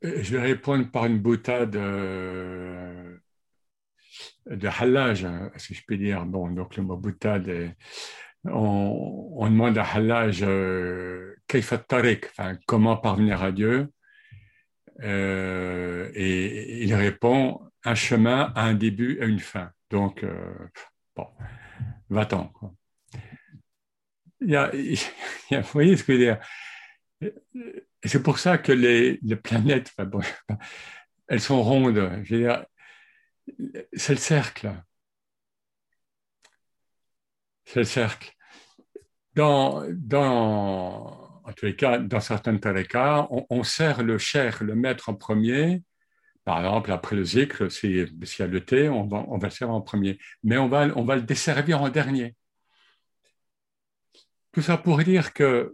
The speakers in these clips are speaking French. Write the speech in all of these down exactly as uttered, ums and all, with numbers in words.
Je vais répondre par une boutade euh, de halage, hein, si je puis dire. Bon, donc le mot boutade, est- on, on demande à halage euh, Kayfa tariq, enfin, comment parvenir à Dieu. Euh, et il répond un chemin a un début et une fin. Donc, euh, bon, va-t'en, quoi. Il y a, il y a- vous voyez ce que je veux dire? Et c'est pour ça que les, les planètes, enfin, bon, elles sont rondes. Je veux dire, c'est le cercle. C'est le cercle. Dans, dans, en tous les cas, dans certains tariqas, on, on sert le cheikh, le maître en premier. Par exemple, après le zikr, si- s'il y a le thé, on va, on va le servir en premier. Mais on va, on va le desservir en dernier. Tout ça pour dire que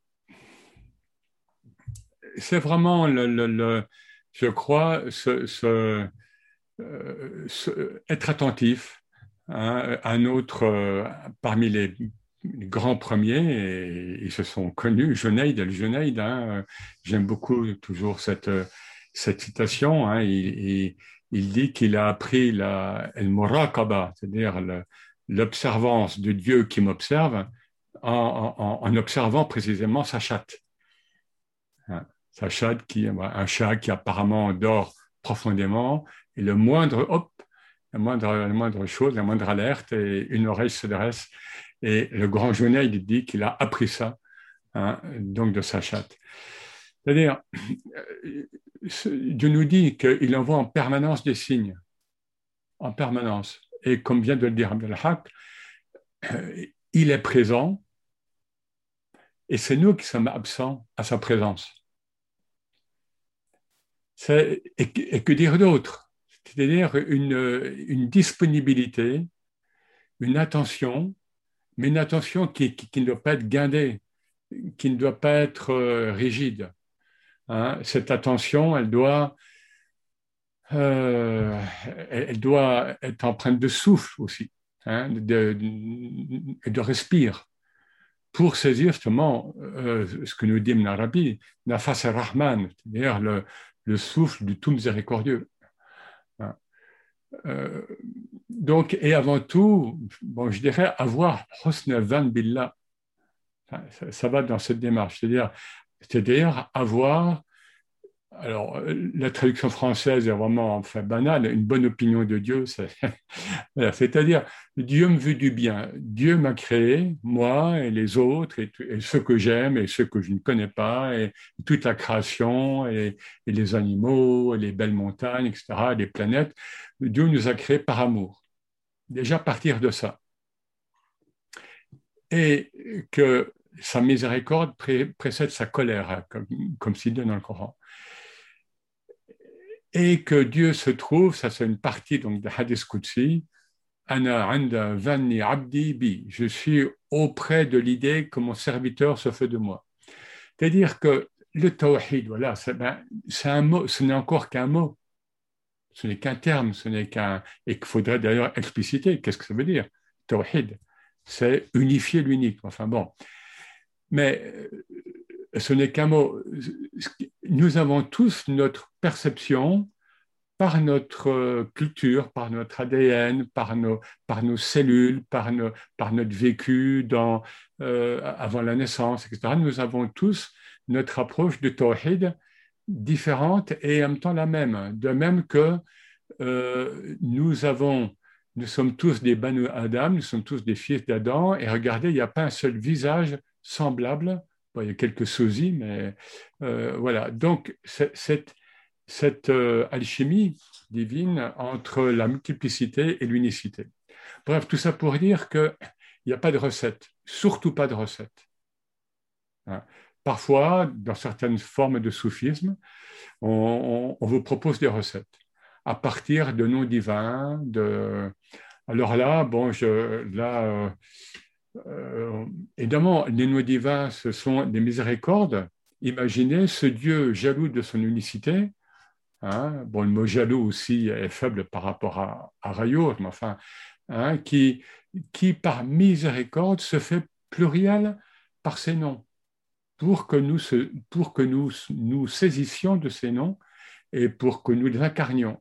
c'est vraiment, le, le, le- je crois, ce, ce, euh, ce- être attentif, hein. Un autre, euh, parmi les, les grands premiers, et ils se sont connus, Junayd, el Junayd, hein, euh, j'aime beaucoup toujours cette, euh, cette citation, hein. il, il, il dit qu'il a appris la el muraqaba, c'est-à-dire le- l'observance de Dieu qui m'observe en, en, en observant précisément sa chatte, hein. Sa chatte qui, un chat qui apparemment dort profondément, et le moindre, hop, la moindre, la moindre chose, la moindre alerte, et une oreille se dresse. Et le grand Jeunet, il dit qu'il a appris ça, hein, donc de sa chatte. C'est-à-dire, euh, Dieu nous dit qu'il envoie en permanence des signes, en permanence. Et comme vient de le dire Abdelhak, euh, il est présent, et c'est nous qui sommes absents à sa présence. C'est, et, et que dire d'autre? C'est-à-dire une, une disponibilité, une attention, mais une attention qui, qui, qui ne doit pas être guindée, qui ne doit pas être euh, rigide, hein. Cette attention, elle doit, euh, elle, elle doit être empreinte de souffle aussi, hein, de, de, de respire, pour saisir justement euh, ce que nous dit en Arabe, nafas ar-Rahman, c'est-à-dire le, le souffle du tout miséricordieux, hein. Euh, donc, et avant tout, bon, je dirais avoir husn van billah. Enfin, ça, ça va dans cette démarche, c'est-à-dire, c'est-à-dire avoir, alors euh, la traduction française est vraiment enfin banale, une bonne opinion de Dieu, c'est, voilà, c'est-à-dire Dieu me veut du bien, Dieu m'a créé, moi et les autres, et, et ceux que j'aime et ceux que je ne connais pas, et toute la création, et, et les animaux, et les belles montagnes, et cetera, les planètes. Dieu nous a créés par amour. Déjà partir de ça. Et que sa miséricorde pré- précède sa colère, hein, comme, comme s'il dit dans le Coran. Et que Dieu se trouve, ça c'est une partie donc de Hadith Qudsi, Ana anda vanni abdi bi. Je suis auprès de l'idée que mon serviteur se fait de moi. C'est-à-dire que le tawhid, voilà, c'est ben, c'est un mot, ce n'est encore qu'un mot, ce n'est qu'un terme, ce n'est qu'un, et qu'il faudrait d'ailleurs expliciter. Qu'est-ce que ça veut dire? Tawhid, c'est unifier l'unique. Enfin bon, mais ce n'est qu'un mot. Nous avons tous notre perception par notre culture, par notre A D N, par nos, par nos cellules, par, nos, par notre vécu dans, euh, avant la naissance, et cetera. Nous avons tous notre approche de Tawhid différente et en même temps la même. De même que euh, nous avons, nous sommes tous des Banu Adam, nous sommes tous des fils d'Adam, et regardez, il n'y a pas un seul visage semblable. Bon, il y a quelques sosies, mais euh, voilà. Donc, cette, cette euh, alchimie divine entre la multiplicité et l'unicité. Bref, tout ça pour dire qu'il n'y a pas de recette, surtout pas de recette, hein. Parfois, dans certaines formes de soufisme, on, on, on vous propose des recettes à partir de noms divins. De... Alors là, bon, je, là, euh, euh, évidemment, les noms divins, ce sont des miséricordes. Imaginez ce Dieu jaloux de son unicité. Hein, bon, le mot jaloux aussi est faible par rapport à, à Rayour, mais enfin, hein, qui, qui par miséricorde se fait pluriel par ses noms, pour que nous, se, pour que nous nous saisissions de ces noms et pour que nous les incarnions.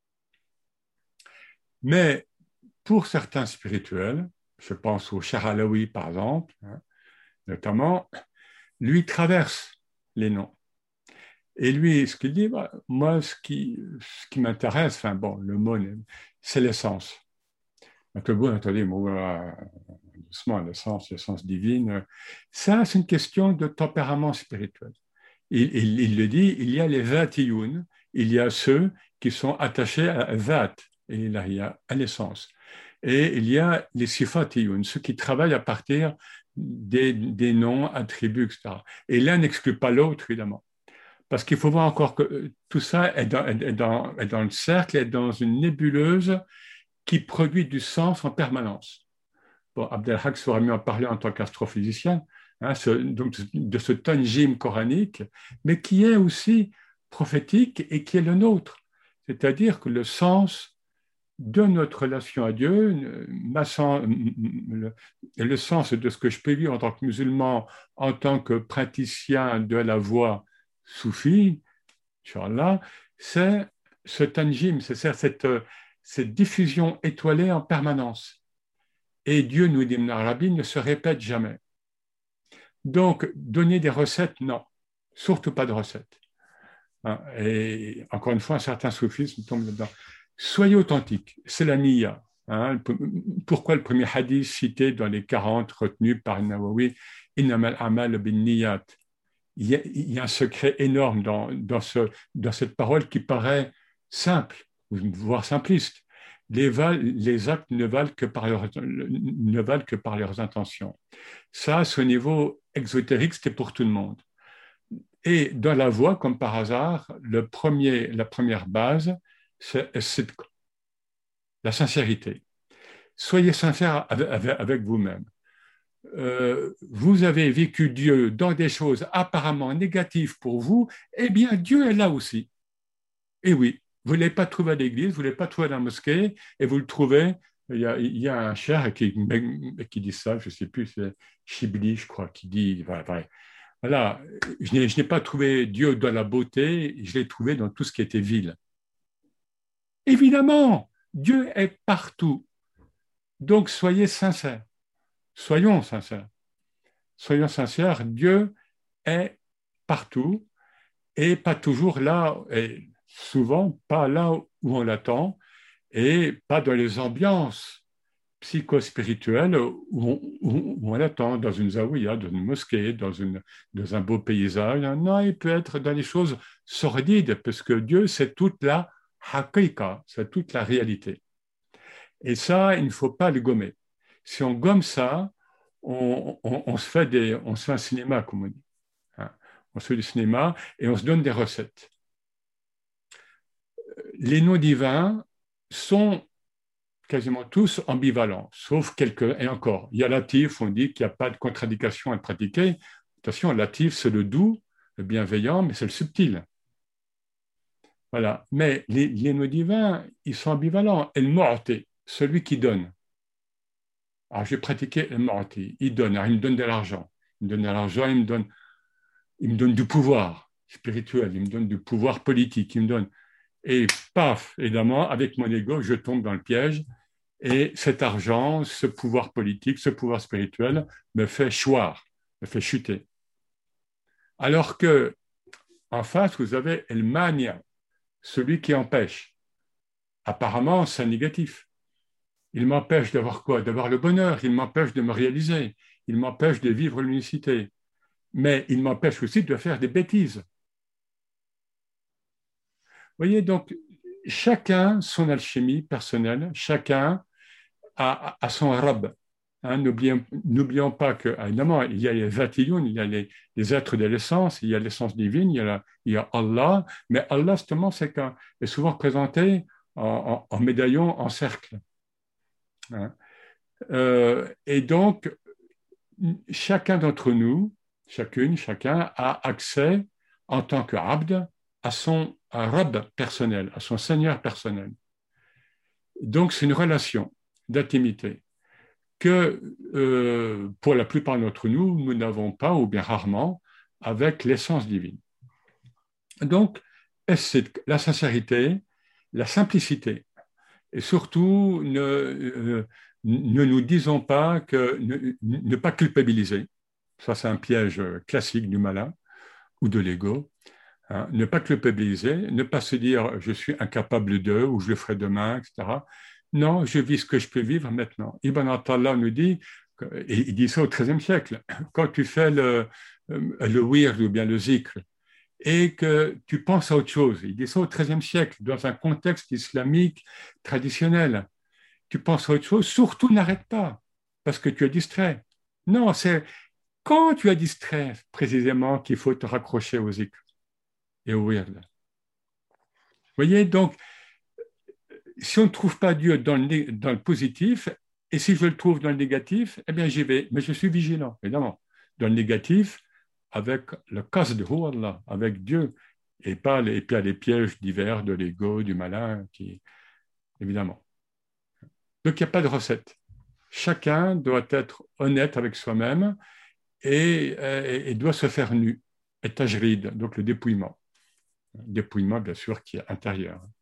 Mais pour certains spirituels, je pense au Cheikh Alaoui par exemple, hein, notamment, lui traverse les noms. Et lui, ce qu'il dit, bah, moi, ce qui, ce qui m'intéresse, enfin bon, le mot, c'est l'essence. Donc le bon, attendez, bon, euh, doucement, l'essence, l'essence divine, ça, c'est une question de tempérament spirituel. Il, il, il le dit, il y a les Vatiyun, il y a ceux qui sont attachés à Vat, et là, il y a à l'essence. Et il y a les Sifatiyun, ceux qui travaillent à partir des, des noms, attributs, et cetera. Et l'un n'exclut pas l'autre, évidemment. Parce qu'il faut voir encore que tout ça est dans, est dans, est dans le cercle, est dans une nébuleuse qui produit du sens en permanence. Bon, Abdelhak saurait mieux en parler en tant qu'astrophysicien, hein, ce, donc de ce tanjim coranique, mais qui est aussi prophétique et qui est le nôtre. C'est-à-dire que le sens de notre relation à Dieu, ma sens, le, le sens de ce que je peux vivre en tant que musulman, en tant que praticien de la voie soufi, Inch'Allah, c'est ce tanjim, c'est cette, cette diffusion étoilée en permanence. Et Dieu, nous dit Ibn Arabi, ne se répète jamais. Donc, donner des recettes, non, surtout pas de recettes. Et encore une fois, certains soufismes tombent là-dedans. Soyez authentiques, c'est la niya. Hein. Pourquoi le premier hadith cité dans les quarante retenus par Nawawi, Innamal amal bin niyat. Il y, a, il y a un secret énorme dans, dans, ce, dans cette parole qui paraît simple, voire simpliste. Les, val, les actes ne valent, que par leur, ne valent que par leurs intentions. Ça, à ce niveau exotérique, c'était pour tout le monde. Et dans la voie, comme par hasard, le premier, la première base, c'est, c'est la sincérité. Soyez sincère avec, avec, avec vous-même. Euh, vous avez vécu Dieu dans des choses apparemment négatives pour vous, eh bien, Dieu est là aussi. Et oui, vous ne l'avez pas trouvé à l'église, vous ne l'avez pas trouvé à la mosquée, et vous le trouvez. Il y a, il y a un cher qui, qui dit ça, je ne sais plus, c'est Chibli, je crois, qui dit voilà, voilà je, n'ai, je n'ai pas trouvé Dieu dans la beauté, je l'ai trouvé dans tout ce qui était vil. Évidemment, Dieu est partout. Donc, soyez sincères. Soyons sincères. Soyons sincères, Dieu est partout et pas toujours là, et souvent pas là où on l'attend, et pas dans les ambiances psychospirituelles où on, où on l'attend, dans une zaouïa, dans une mosquée, dans, une, dans un beau paysage. Non, il peut être dans les choses sordides, parce que Dieu, c'est toute la haqiqa, c'est toute la réalité. Et ça, il ne faut pas le gommer. Si on gomme ça, on, on, on, se fait des, on se fait un cinéma, comme on dit. Hein. On se fait du cinéma et on se donne des recettes. Les noms divins sont quasiment tous ambivalents, sauf quelques, et encore, il y a Latif, on dit qu'il n'y a pas de contre-indication à le pratiquer. Attention, Latif, c'est le doux, le bienveillant, mais c'est le subtil. Voilà. Mais les, les noms divins, ils sont ambivalents. El Mu'ti, celui qui donne. Alors, j'ai pratiqué El Mu'ti, il donne, alors, il me donne de l'argent. Il me donne de l'argent, il me donne, il me donne du pouvoir spirituel, il me donne du pouvoir politique, il me donne. Et paf, évidemment, avec mon ego, je tombe dans le piège. Et cet argent, ce pouvoir politique, ce pouvoir spirituel me fait choir, me fait chuter. Alors que, en face, vous avez El Mania, celui qui empêche. Apparemment, c'est négatif. Il m'empêche d'avoir quoi? D'avoir le bonheur, il m'empêche de me réaliser, il m'empêche de vivre l'unicité. Mais il m'empêche aussi de faire des bêtises. Vous voyez, donc, chacun son alchimie personnelle, chacun a, a son rab. Hein, n'oublions, n'oublions pas que, évidemment, il y a les vatiyun, il y a les, les êtres de l'essence, il y a l'essence divine, il y a, la, il y a Allah, mais Allah, justement, c'est qu'un, est souvent représenté en, en, en médaillon, en cercle. Hein. Euh, et donc, chacun d'entre nous, chacune, chacun a accès en tant qu'abd à son rab personnel, à son seigneur personnel. Donc, c'est une relation d'intimité que, euh, pour la plupart d'entre nous, nous n'avons pas, ou bien rarement, avec l'essence divine. Donc, الصدق, la sincérité, la simplicité. Et surtout, ne, euh, ne nous disons pas que ne, ne pas culpabiliser. Ça, c'est un piège classique du malin ou de l'ego. Hein. Ne pas culpabiliser, ne pas se dire je suis incapable de ou je le ferai demain, et cetera. Non, je vis ce que je peux vivre maintenant. Ibn Attallah nous dit, et il dit ça au treizième siècle, quand tu fais le, le wird ou bien le zikr, et que tu penses à autre chose. Il dit ça au treizième siècle, dans un contexte islamique traditionnel. Tu penses à autre chose, surtout n'arrête pas, parce que tu es distrait. Non, c'est quand tu es distrait, précisément, qu'il faut te raccrocher au zikr et au wird. Vous voyez, donc, si on ne trouve pas Dieu dans le, dans le positif, et si je le trouve dans le négatif, eh bien j'y vais, mais je suis vigilant, évidemment. Dans le négatif, avec le qasd de Allah, avec Dieu, et pas les, et puis les pièges divers de l'ego, du malin, qui, évidemment. Donc il n'y a pas de recette. Chacun doit être honnête avec soi-même et, et, et doit se faire nu, et tajrid, donc le dépouillement. Dépouillement, bien sûr, qui est intérieur.